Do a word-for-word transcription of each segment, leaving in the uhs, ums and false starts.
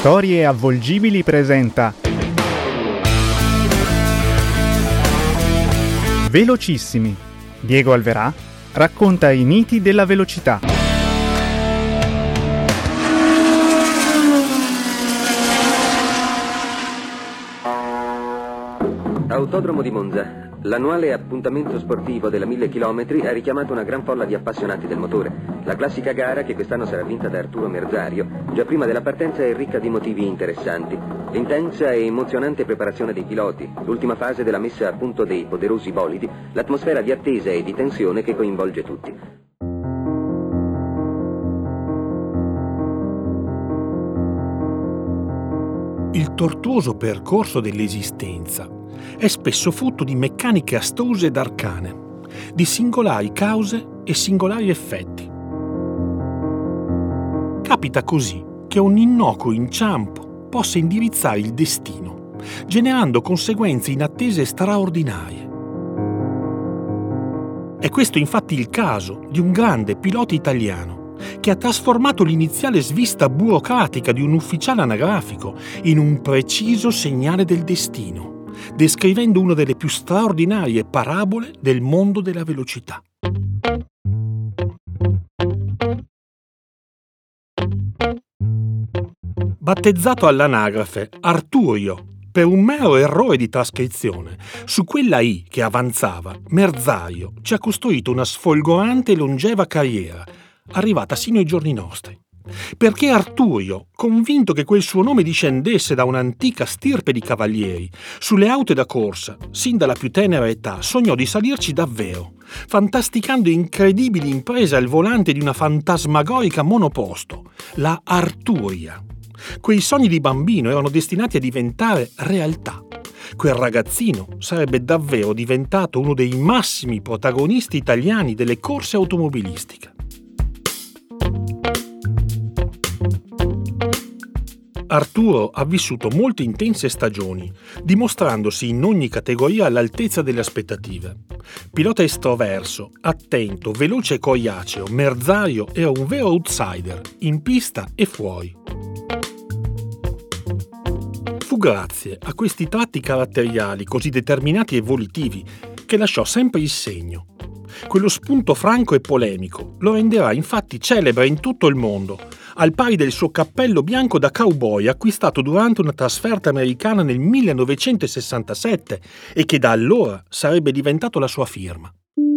Storie Avvolgibili presenta Velocissimi. Diego Alverà racconta i miti della velocità. Autodromo di Monza. L'annuale appuntamento sportivo della mille chilometri ha richiamato una gran folla di appassionati del motore. La classica gara, che quest'anno sarà vinta da Arturo Merzario, già prima della partenza è ricca di motivi interessanti. L'intensa e emozionante preparazione dei piloti, l'ultima fase della messa a punto dei poderosi bolidi, l'atmosfera di attesa e di tensione che coinvolge tutti. Il tortuoso percorso dell'esistenza è spesso frutto di meccaniche astuse ed arcane, di singolari cause e singolari effetti. Capita così che un innocuo inciampo possa indirizzare il destino, generando conseguenze inattese e straordinarie. È questo infatti il caso di un grande pilota italiano che ha trasformato l'iniziale svista burocratica di un ufficiale anagrafico in un preciso segnale del destino, descrivendo una delle più straordinarie parabole del mondo della velocità. Battezzato all'anagrafe Arturio per un mero errore di trascrizione, su quella I che avanzava, Merzario ci ha costruito una sfolgorante e longeva carriera, arrivata sino ai giorni nostri. Perché Arturio, convinto che quel suo nome discendesse da un'antica stirpe di cavalieri, sulle aute da corsa, sin dalla più tenera età, sognò di salirci davvero, fantasticando incredibili imprese al volante di una fantasmagorica monoposto, la Arturia. Quei sogni di bambino erano destinati a diventare realtà. Quel ragazzino sarebbe davvero diventato uno dei massimi protagonisti italiani delle corse automobilistiche. Arturo ha vissuto molte intense stagioni, dimostrandosi in ogni categoria all'altezza delle aspettative. Pilota estroverso, attento, veloce e coriaceo, Merzario era un vero outsider, in pista e fuori. Fu grazie a questi tratti caratteriali così determinati e volitivi che lasciò sempre il segno. Quello spunto franco e polemico lo renderà infatti celebre in tutto il mondo, al pari del suo cappello bianco da cowboy acquistato durante una trasferta americana nel millenovecentosessantasette e che da allora sarebbe diventato la sua firma.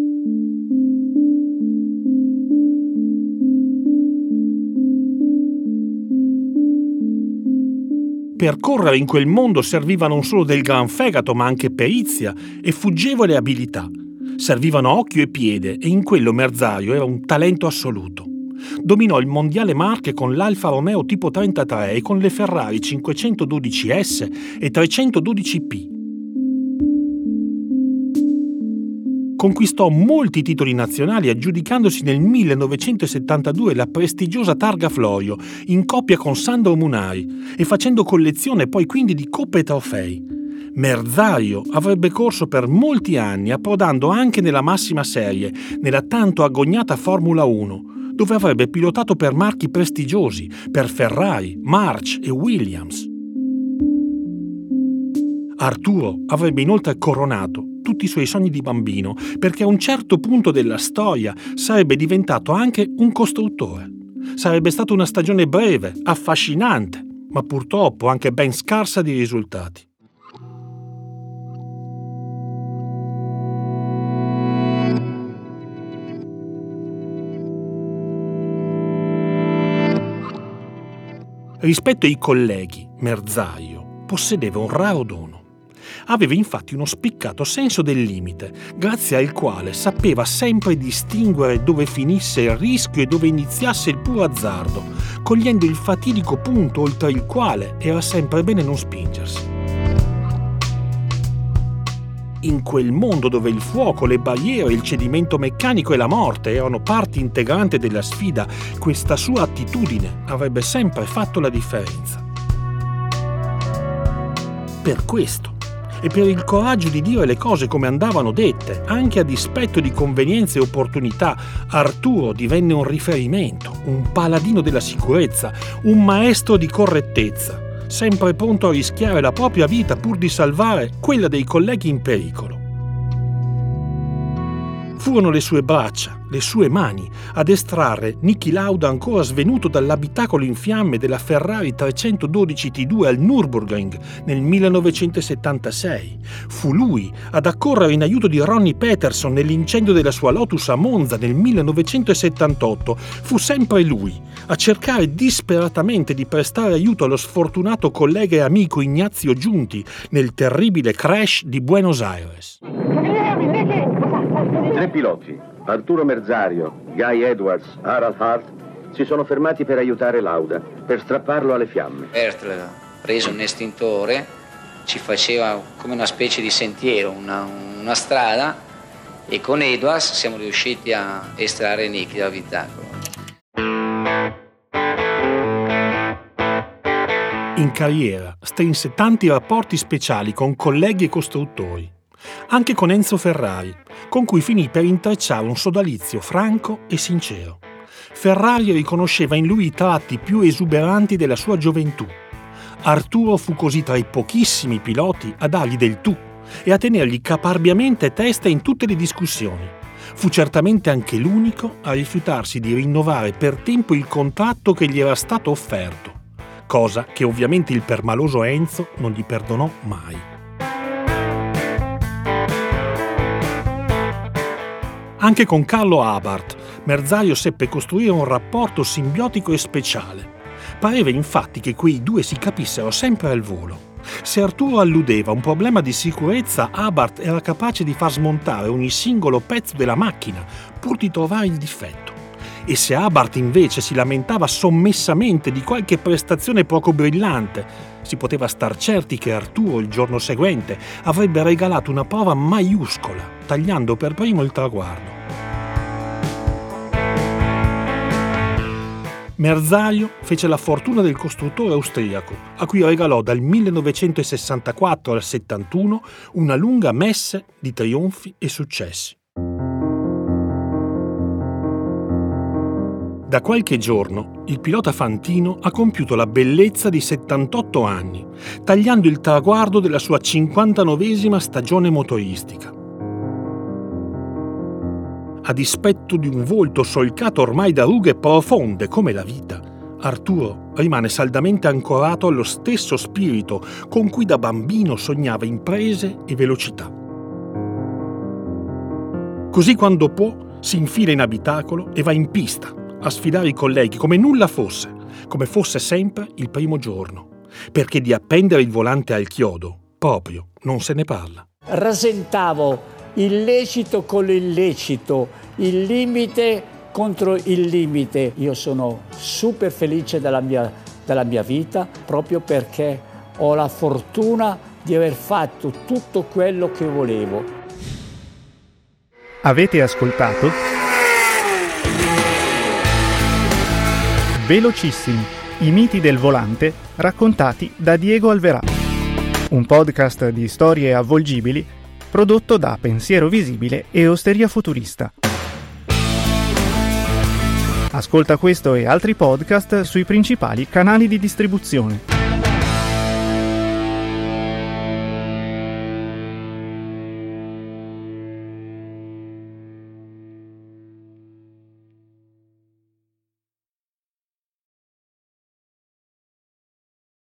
Per correre in quel mondo serviva non solo del gran fegato ma anche perizia e fuggevole abilità. Servivano occhio e piede e in quello Merzario era un talento assoluto. Dominò il mondiale Marche con l'Alfa Romeo tipo trentatré e con le Ferrari cinquecentododici S e trecentododici P. Conquistò molti titoli nazionali aggiudicandosi nel millenovecentosettantadue la prestigiosa Targa Florio in coppia con Sandro Munari e facendo collezione poi quindi di coppe e trofei. Merzario avrebbe corso per molti anni approdando anche nella massima serie, nella tanto agognata Formula uno, dove avrebbe pilotato per marchi prestigiosi, per Ferrari, March e Williams. Arturo avrebbe inoltre coronato tutti i suoi sogni di bambino, perché a un certo punto della storia sarebbe diventato anche un costruttore. Sarebbe stata una stagione breve, affascinante, ma purtroppo anche ben scarsa di risultati. Rispetto ai colleghi, Merzario possedeva un raro dono. Aveva infatti uno spiccato senso del limite, grazie al quale sapeva sempre distinguere dove finisse il rischio e dove iniziasse il puro azzardo, cogliendo il fatidico punto oltre il quale era sempre bene non spingersi. In quel mondo dove il fuoco, le barriere, il cedimento meccanico e la morte erano parte integrante della sfida, questa sua attitudine avrebbe sempre fatto la differenza. Per questo, e per il coraggio di dire le cose come andavano dette, anche a dispetto di convenienze e opportunità, Arturo divenne un riferimento, un paladino della sicurezza, un maestro di correttezza, sempre pronto a rischiare la propria vita pur di salvare quella dei colleghi in pericolo. Furono le sue braccia, le sue mani, ad estrarre Niki Lauda ancora svenuto dall'abitacolo in fiamme della Ferrari trecentododici T due al Nürburgring nel millenovecentosettantasei. Fu lui ad accorrere in aiuto di Ronnie Peterson nell'incendio della sua Lotus a Monza nel millenovecentosettantotto. Fu sempre lui a cercare disperatamente di prestare aiuto allo sfortunato collega e amico Ignazio Giunti nel terribile crash di Buenos Aires. Tre piloti, Arturo Merzario, Guy Edwards, Harald Hart, si sono fermati per aiutare Lauda, per strapparlo alle fiamme. Bert ha preso un estintore, ci faceva come una specie di sentiero, una, una strada, e con Edwards siamo riusciti a estrarre Niki dall'abitacolo. In carriera strinse tanti rapporti speciali con colleghi e costruttori, anche con Enzo Ferrari, con cui finì per intrecciare un sodalizio franco e sincero. Ferrari riconosceva in lui i tratti più esuberanti della sua gioventù. Arturo fu così tra i pochissimi piloti a dargli del tu e a tenergli caparbiamente testa in tutte le discussioni. Fu certamente anche l'unico a rifiutarsi di rinnovare per tempo il contratto che gli era stato offerto, cosa che ovviamente il permaloso Enzo non gli perdonò mai. Anche con Carlo Abarth, Merzario seppe costruire un rapporto simbiotico e speciale. Pareva infatti che quei due si capissero sempre al volo. Se Arturo alludeva a un problema di sicurezza, Abarth era capace di far smontare ogni singolo pezzo della macchina pur di trovare il difetto. E se Abarth invece si lamentava sommessamente di qualche prestazione poco brillante, si poteva star certi che Arturo il giorno seguente avrebbe regalato una prova maiuscola, tagliando per primo il traguardo. Merzario fece la fortuna del costruttore austriaco, a cui regalò dal millenovecentosessantaquattro al settantuno una lunga messe di trionfi e successi. Da qualche giorno il pilota fantino ha compiuto la bellezza di settantotto anni, tagliando il traguardo della sua cinquantanovesima stagione motoristica. A dispetto di un volto solcato ormai da rughe profonde come la vita, Arturo rimane saldamente ancorato allo stesso spirito con cui da bambino sognava imprese e velocità. Così quando può si infila in abitacolo e va in pista a sfidare i colleghi come nulla fosse, come fosse sempre il primo giorno, perché di appendere il volante al chiodo proprio non se ne parla. Rasentavo il lecito con l'illecito, il limite contro il limite. Io sono super felice della mia, della mia vita proprio perché ho la fortuna di aver fatto tutto quello che volevo. Avete ascoltato Velocissimi, i miti del volante raccontati da Diego Alverà, un podcast di storie avvolgibili prodotto da Pensiero Visibile e Osteria Futurista. Ascolta questo e altri podcast sui principali canali di distribuzione.